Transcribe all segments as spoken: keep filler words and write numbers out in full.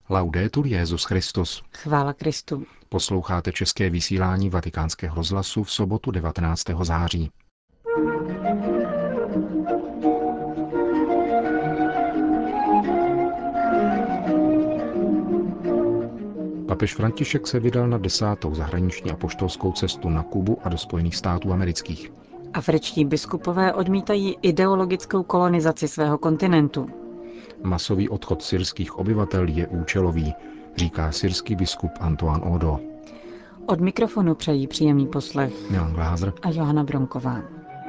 Laudetur Jesus Christus. Chvála Kristu. Posloucháte české vysílání Vatikánského rozhlasu v sobotu devatenáctého září. Papež František se vydal na desátou zahraniční apoštolskou cestu na Kubu a do Spojených států amerických. Afričtí biskupové odmítají ideologickou kolonizaci svého kontinentu. Masový odchod syrských obyvatel je účelový, říká syrský biskup Antoine Odo. Od mikrofonu přejí příjemný poslech Milan Glázer a Johana Bronková.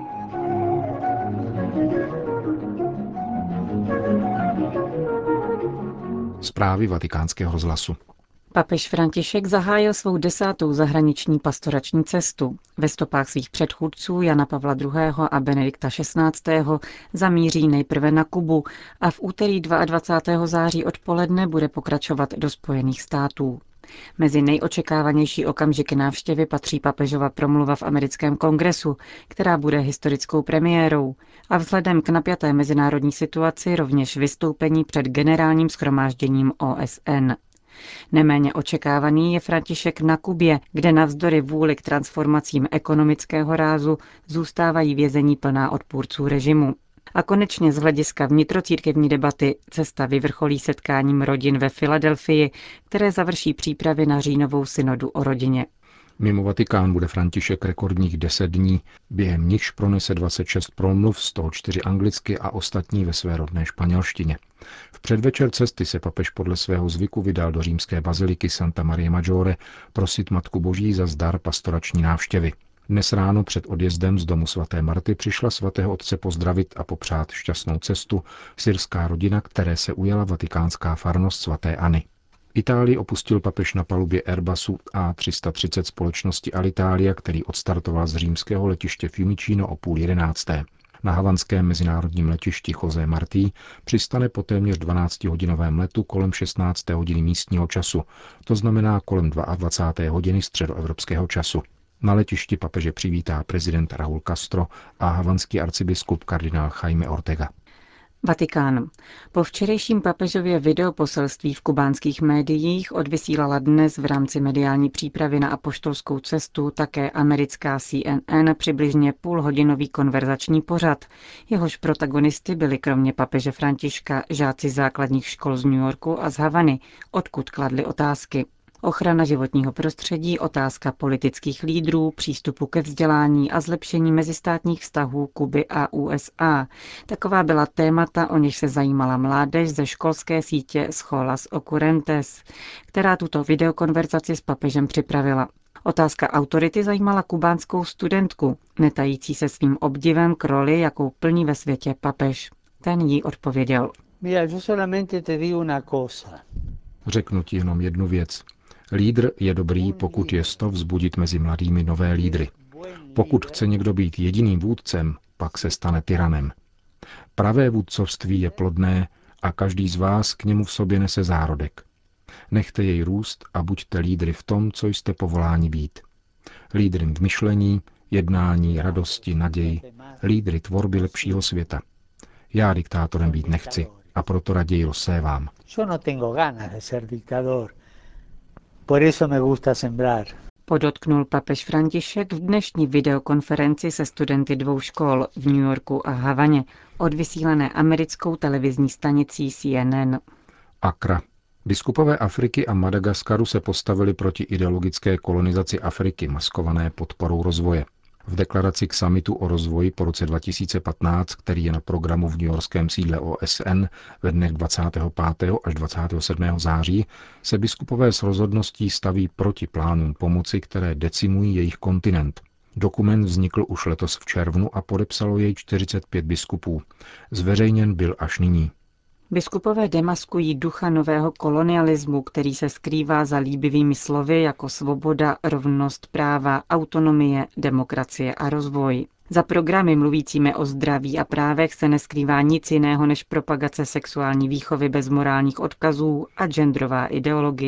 Zprávy Vatikánského rozhlasu. Papež František zahájil svou desátou zahraniční pastorační cestu. Ve stopách svých předchůdců Jana Pavla druhého. a Benedikta šestnáctého. zamíří nejprve na Kubu a v úterý dvacátého druhého září odpoledne bude pokračovat do Spojených států. Mezi nejočekávanější okamžiky návštěvy patří papežova promluva v americkém kongresu, která bude historickou premiérou, a vzhledem k napjaté mezinárodní situaci rovněž vystoupení před generálním shromážděním O S N. Neméně očekávaný je František na Kubě, kde navzdory vůli k transformacím ekonomického rázu zůstávají vězení plná odpůrců režimu. A konečně z hlediska vnitrocírkevní debaty cesta vyvrcholí setkáním rodin ve Filadelfii, které završí přípravy na říjnovou synodu o rodině. Mimo Vatikán bude František rekordních deset dní, během nichž pronese dvacet šest promluv, z toho čtyři anglicky a ostatní ve své rodné španělštině. V předvečer cesty se papež podle svého zvyku vydal do římské baziliky Santa Maria Maggiore prosit Matku Boží za zdar pastorační návštěvy. Dnes ráno před odjezdem z domu svaté Marty přišla svatého otce pozdravit a popřát šťastnou cestu syrská rodina, které se ujala vatikánská farnost svaté Anny. Itálii opustil papež na palubě Airbusu A tři sta třicet společnosti Alitalia, který odstartoval z římského letiště Fiumicino o půl jedenácté. Na havanském mezinárodním letišti José Martí přistane po téměř dvanáctihodinovém letu kolem šestnácté hodiny místního času, to znamená kolem dvacáté druhé hodiny středoevropského času. Na letišti papeže přivítá prezident Raúl Castro a havanský arcibiskup kardinál Jaime Ortega. Vatikán. Po včerejším papežově videoposelství v kubánských médiích odvysílala dnes v rámci mediální přípravy na apoštolskou cestu také americká C N N přibližně půlhodinový konverzační pořad. Jehož protagonisty byli kromě papeže Františka žáci základních škol z New Yorku a z Havany, odkud kladli otázky. Ochrana životního prostředí, otázka politických lídrů, přístupu ke vzdělání a zlepšení mezistátních vztahů Kuby a U S A. Taková byla témata, o něž se zajímala mládež ze školské sítě Scholas Occurrentes, která tuto videokonverzaci s papežem připravila. Otázka autority zajímala kubánskou studentku, netající se svým obdivem k roli, jakou plní ve světě papež. Ten jí odpověděl. Řeknu ti jenom jednu věc. Lídr je dobrý, pokud je sto vzbudit mezi mladými nové lídry. Pokud chce někdo být jediným vůdcem, pak se stane tyranem. Pravé vůdcovství je plodné a každý z vás k němu v sobě nese zárodek. Nechte jej růst a buďte lídry v tom, co jste povoláni být. Lídrem v myšlení, jednání, radosti, naději, lídry tvorby lepšího světa. Já diktátorem být nechci a proto raději rozsévám. Por eso me gusta sembrar. Podotknul papež František v dnešní videokonferenci se studenty dvou škol v New Yorku a Havaně, odvysílané americkou televizní stanicí C N N. Accra. Biskupové Afriky a Madagaskaru se postavili proti ideologické kolonizaci Afriky, maskované podporou rozvoje. V deklaraci k summitu o rozvoji po roce dva tisíce patnáct, který je na programu v newyorském sídle O S N ve dnech dvacátého pátého až dvacátého sedmého září, se biskupové s rozhodností staví proti plánům pomoci, které decimují jejich kontinent. Dokument vznikl už letos v červnu a podepsalo jej čtyřicet pět biskupů. Zveřejněn byl až nyní. Biskupové demaskují ducha nového kolonialismu, který se skrývá za líbivými slovy jako svoboda, rovnost, práva, autonomie, demokracie a rozvoj. Za programy mluvícími o zdraví a právech se neskrývá nic jiného než propagace sexuální výchovy bez morálních odkazů a genderová ideologie.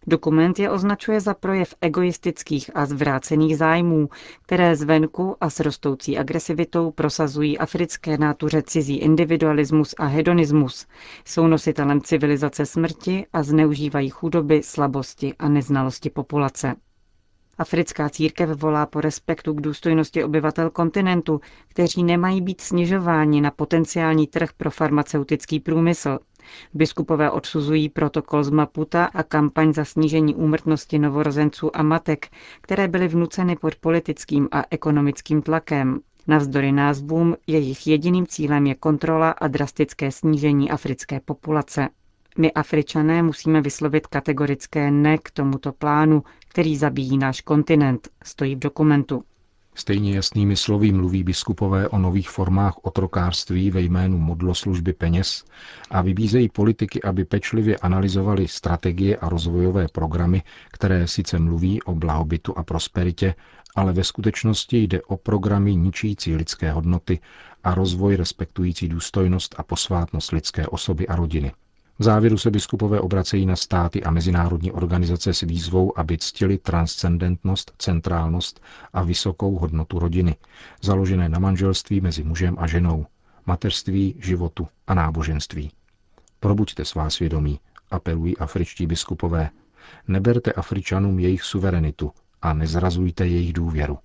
Dokument je označuje za projev egoistických a zvrácených zájmů, které zvenku a s rostoucí agresivitou prosazují africké nátuře cizí individualismus a hedonismus, jsou nositelem civilizace smrti a zneužívají chudoby, slabosti a neznalosti populace. Africká církev volá po respektu k důstojnosti obyvatel kontinentu, kteří nemají být snižováni na potenciální trh pro farmaceutický průmysl. Biskupové odsuzují protokol z Maputa a kampaň za snížení úmrtnosti novorozenců a matek, které byly vnuceny pod politickým a ekonomickým tlakem. Navzdory názvům, jejich jediným cílem je kontrola a drastické snížení africké populace. My, Afričané, musíme vyslovit kategorické ne k tomuto plánu, který zabíjí náš kontinent, stojí v dokumentu. Stejně jasnými slovy mluví biskupové o nových formách otrokářství ve jménu modloslužby peněz a vybízejí politiky, aby pečlivě analyzovali strategie a rozvojové programy, které sice mluví o blahobytu a prosperitě, ale ve skutečnosti jde o programy ničící lidské hodnoty a rozvoj respektující důstojnost a posvátnost lidské osoby a rodiny. V závěru se biskupové obracejí na státy a mezinárodní organizace s výzvou, aby ctili transcendentnost, centrálnost a vysokou hodnotu rodiny, založené na manželství mezi mužem a ženou, mateřství, životu a náboženství. Probuďte svá svědomí, apelují afričtí biskupové. Neberte Afričanům jejich suverenitu a nezrazujte jejich důvěru.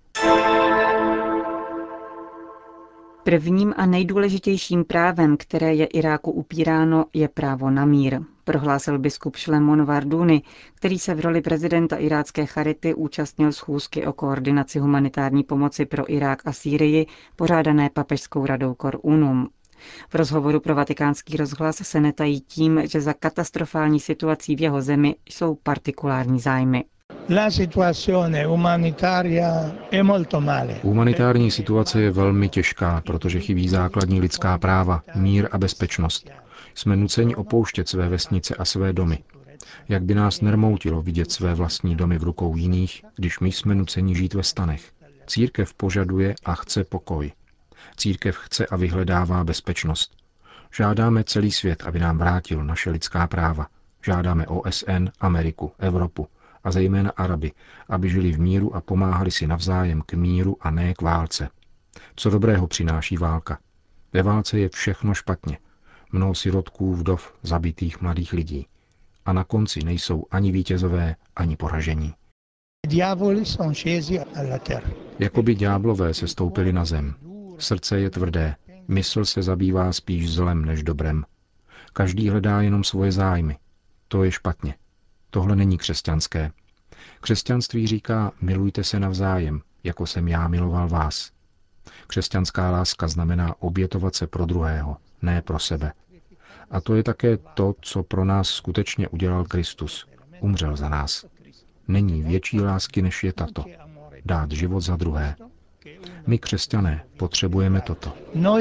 Prvním a nejdůležitějším právem, které je Iráku upíráno, je právo na mír, prohlásil biskup Šlemon Varduny, který se v roli prezidenta irácké Charity účastnil schůzky o koordinaci humanitární pomoci pro Irák a Sýrii, pořádané Papežskou radou Cor Unum. V rozhovoru pro Vatikánský rozhlas se netají tím, že za katastrofální situací v jeho zemi jsou partikulární zájmy. Humanitární situace je velmi těžká, protože chybí základní lidská práva, mír a bezpečnost. Jsme nuceni opouštět své vesnice a své domy. Jak by nás nermoutilo vidět své vlastní domy v rukou jiných, když my jsme nuceni žít ve stanech. Církev požaduje a chce pokoj. Církev chce a vyhledává bezpečnost. Žádáme celý svět, aby nám vrátil naše lidská práva. Žádáme O S N, Ameriku, Evropu a zejména Araby, aby žili v míru a pomáhali si navzájem k míru a ne k válce. Co dobrého přináší válka? Ve válce je všechno špatně. Mnoho sirotků, vdov, zabitých mladých lidí. A na konci nejsou ani vítězové, ani poražení. Jakoby ďáblové se stoupili na zem. Srdce je tvrdé, mysl se zabývá spíš zlem než dobrem. Každý hledá jenom svoje zájmy. To je špatně. Tohle není křesťanské. Křesťanství říká, milujte se navzájem, jako jsem já miloval vás. Křesťanská láska znamená obětovat se pro druhého, ne pro sebe. A to je také to, co pro nás skutečně udělal Kristus. Umřel za nás. Není větší lásky, než je tato. Dát život za druhé. My, křesťané, potřebujeme toto.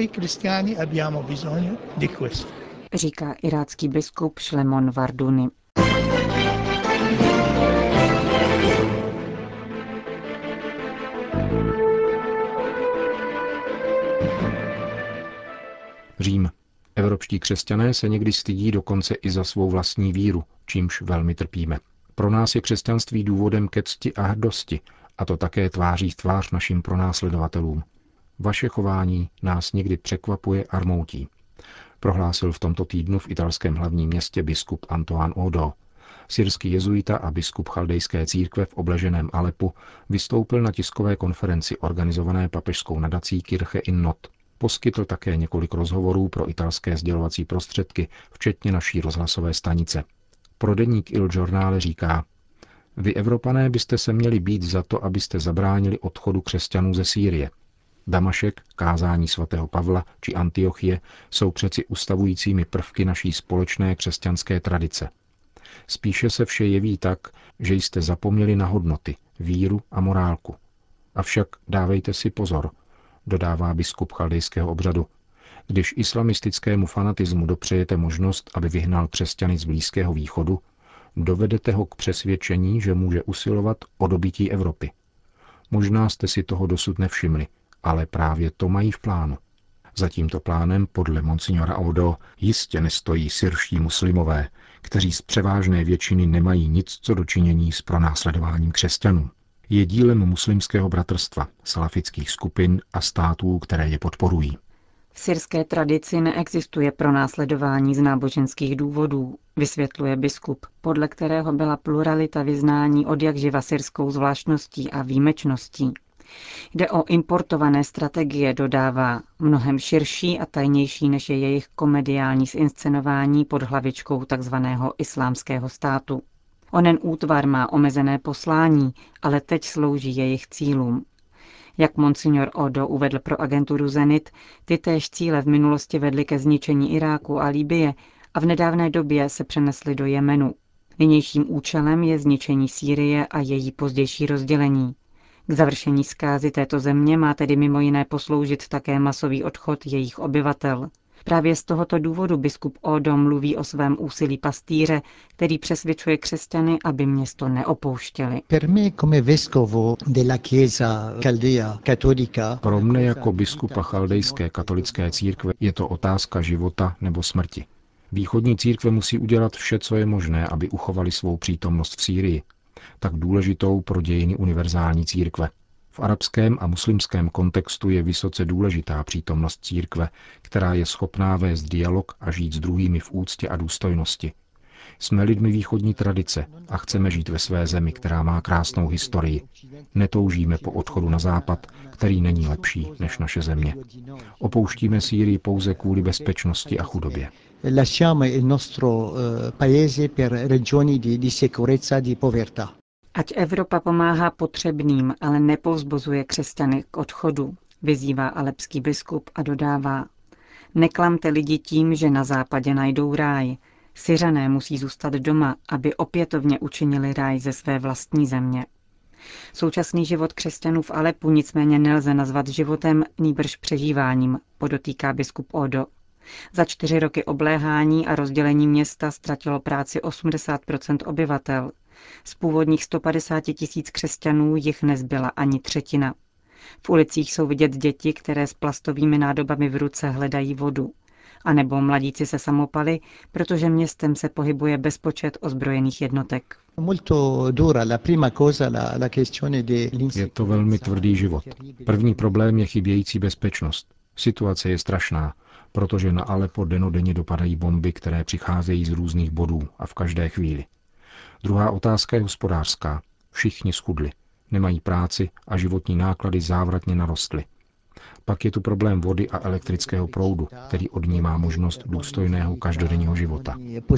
Říká irácký biskup Šlemon Varduny. Řím. Evropští křesťané se někdy stydí dokonce i za svou vlastní víru, čímž velmi trpíme. Pro nás je křesťanství důvodem ke cti a hrdosti, a to také tváří v tvář našim pronásledovatelům. Vaše chování nás někdy překvapuje a rmoutí, prohlásil v tomto týdnu v italském hlavním městě biskup Antoine Odo. Syrský jezuita a biskup chaldejské církve v obleženém Alepu vystoupil na tiskové konferenci organizované papežskou nadací Kirche in Not. Poskytl také několik rozhovorů pro italské sdělovací prostředky, včetně naší rozhlasové stanice. Pro deník Il Giornale říká: Vy, Evropané, byste se měli být za to, abyste zabránili odchodu křesťanů ze Sýrie. Damašek, kázání svatého Pavla či Antiochie jsou přeci ustavujícími prvky naší společné křesťanské tradice. Spíše se vše jeví tak, že jste zapomněli na hodnoty, víru a morálku. Avšak dávejte si pozor, dodává biskup chaldejského obřadu. Když islamistickému fanatismu dopřejete možnost, aby vyhnal křesťany z Blízkého východu, dovedete ho k přesvědčení, že může usilovat o dobytí Evropy. Možná jste si toho dosud nevšimli, ale právě to mají v plánu. Za tímto plánem podle monsignora Odo jistě nestojí syrští muslimové, kteří z převážné většiny nemají nic co dočinění s pronásledováním křesťanů. Je dílem muslimského bratrstva, salafických skupin a států, které je podporují. V syrské tradici neexistuje pronásledování z náboženských důvodů, vysvětluje biskup, podle kterého byla pluralita vyznání odjakživa syrskou zvláštností a výjimečností. Jde o importované strategie, dodává, mnohem širší a tajnější než je jejich komediální zinscenování pod hlavičkou tzv. Islámského státu. Onen útvar má omezené poslání, ale teď slouží jejich cílům. Jak monsignor Odo uvedl pro agenturu Zenit, ty též cíle v minulosti vedly ke zničení Iráku a Libye a v nedávné době se přenesly do Jemenu. Nynějším účelem je zničení Sýrie a její pozdější rozdělení. K završení zkázy této země má tedy mimo jiné posloužit také masový odchod jejich obyvatel. Právě z tohoto důvodu biskup Odo mluví o svém úsilí pastýře, který přesvědčuje křesťany, aby město neopouštěli. Pro mne jako biskupa chaldejské katolické církve je to otázka života nebo smrti. Východní církve musí udělat vše, co je možné, aby uchovali svou přítomnost v Sýrii, tak důležitou pro dějiny univerzální církve. V arabském a muslimském kontextu je vysoce důležitá přítomnost církve, která je schopná vést dialog a žít s druhými v úctě a důstojnosti. Jsme lidmi východní tradice a chceme žít ve své zemi, která má krásnou historii. Netoužíme po odchodu na západ, který není lepší než naše země. Opouštíme Sýrii pouze kvůli bezpečnosti a chudobě. Lasciamo il nostro paese per ragioni di, di sicurezza, di povertà. Ať Evropa pomáhá potřebným, ale nepovzbuzuje křesťany k odchodu, vyzývá alepský biskup a dodává: Neklamte lidi tím, že na západě najdou ráj. Syřané musí zůstat doma, aby opětovně učinili ráj ze své vlastní země. Současný život křesťanů v Alepu nicméně nelze nazvat životem, nýbrž přežíváním, podotýká biskup Odo. Za čtyři roky obléhání a rozdělení města ztratilo práci osmdesát procent obyvatel. Z původních sto padesát tisíc křesťanů jich nezbyla ani třetina. V ulicích jsou vidět děti, které s plastovými nádobami v ruce hledají vodu. A nebo mladíci se samopaly, protože městem se pohybuje bezpočet ozbrojených jednotek. Je to velmi tvrdý život. První problém je chybějící bezpečnost. Situace je strašná, protože na Alepo dennodenně dopadají bomby, které přicházejí z různých bodů a v každé chvíli. Druhá otázka je hospodářská. Všichni schudli, nemají práci a životní náklady závratně narostly. Pak je tu problém vody a elektrického proudu, který odnímá možnost důstojného každodenního života.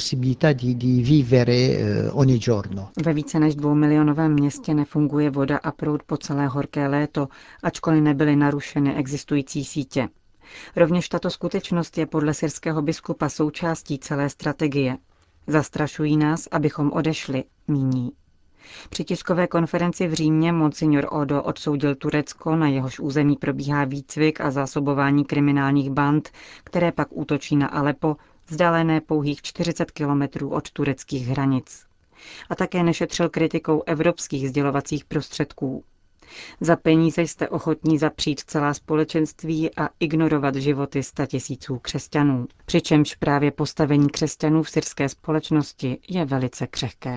Ve více než dvoumilionovém městě nefunguje voda a proud po celé horké léto, ačkoliv nebyly narušeny existující sítě. Rovněž tato skutečnost je podle syrského biskupa součástí celé strategie. Zastrašují nás, abychom odešli, míní. Při tiskové konferenci v Římě monsignor Odo odsoudil Turecko, na jehož území probíhá výcvik a zásobování kriminálních band, které pak útočí na Alepo, vzdálené pouhých čtyřicet kilometrů od tureckých hranic. A také nešetřil kritikou evropských sdělovacích prostředků. Za peníze jste ochotní zapřít celá společenství a ignorovat životy statisíců křesťanů. Přičemž právě postavení křesťanů v syrské společnosti je velice křehké.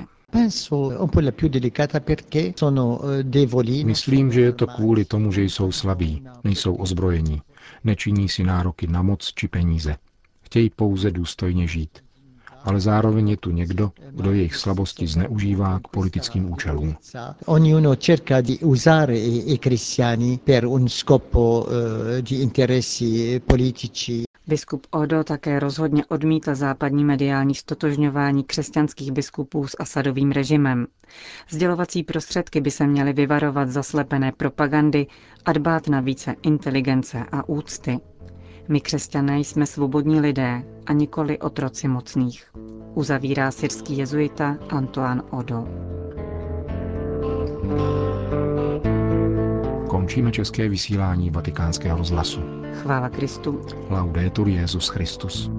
Myslím, že je to kvůli tomu, že jsou slabí, nejsou ozbrojení, nečiní si nároky na moc či peníze. Chtějí pouze důstojně žít. Ale zároveň je tu někdo, kdo jejich slabosti zneužívá k politickým účelům. Ognuno cerca di usare i cristiani per un scopo di interessi politici. Biskup Odo také rozhodně odmítl západní mediální stotožňování křesťanských biskupů s Asadovým režimem. Sdělovací prostředky by se měly vyvarovat zaslepené propagandy a dbát na více inteligence a úcty. My křesťané jsme svobodní lidé a nikoli otroci mocných, uzavírá syrský jezuita Antoine Odo. Končíme české vysílání Vatikánského rozhlasu. Chvála Kristu. Laudetur Jesus Christus.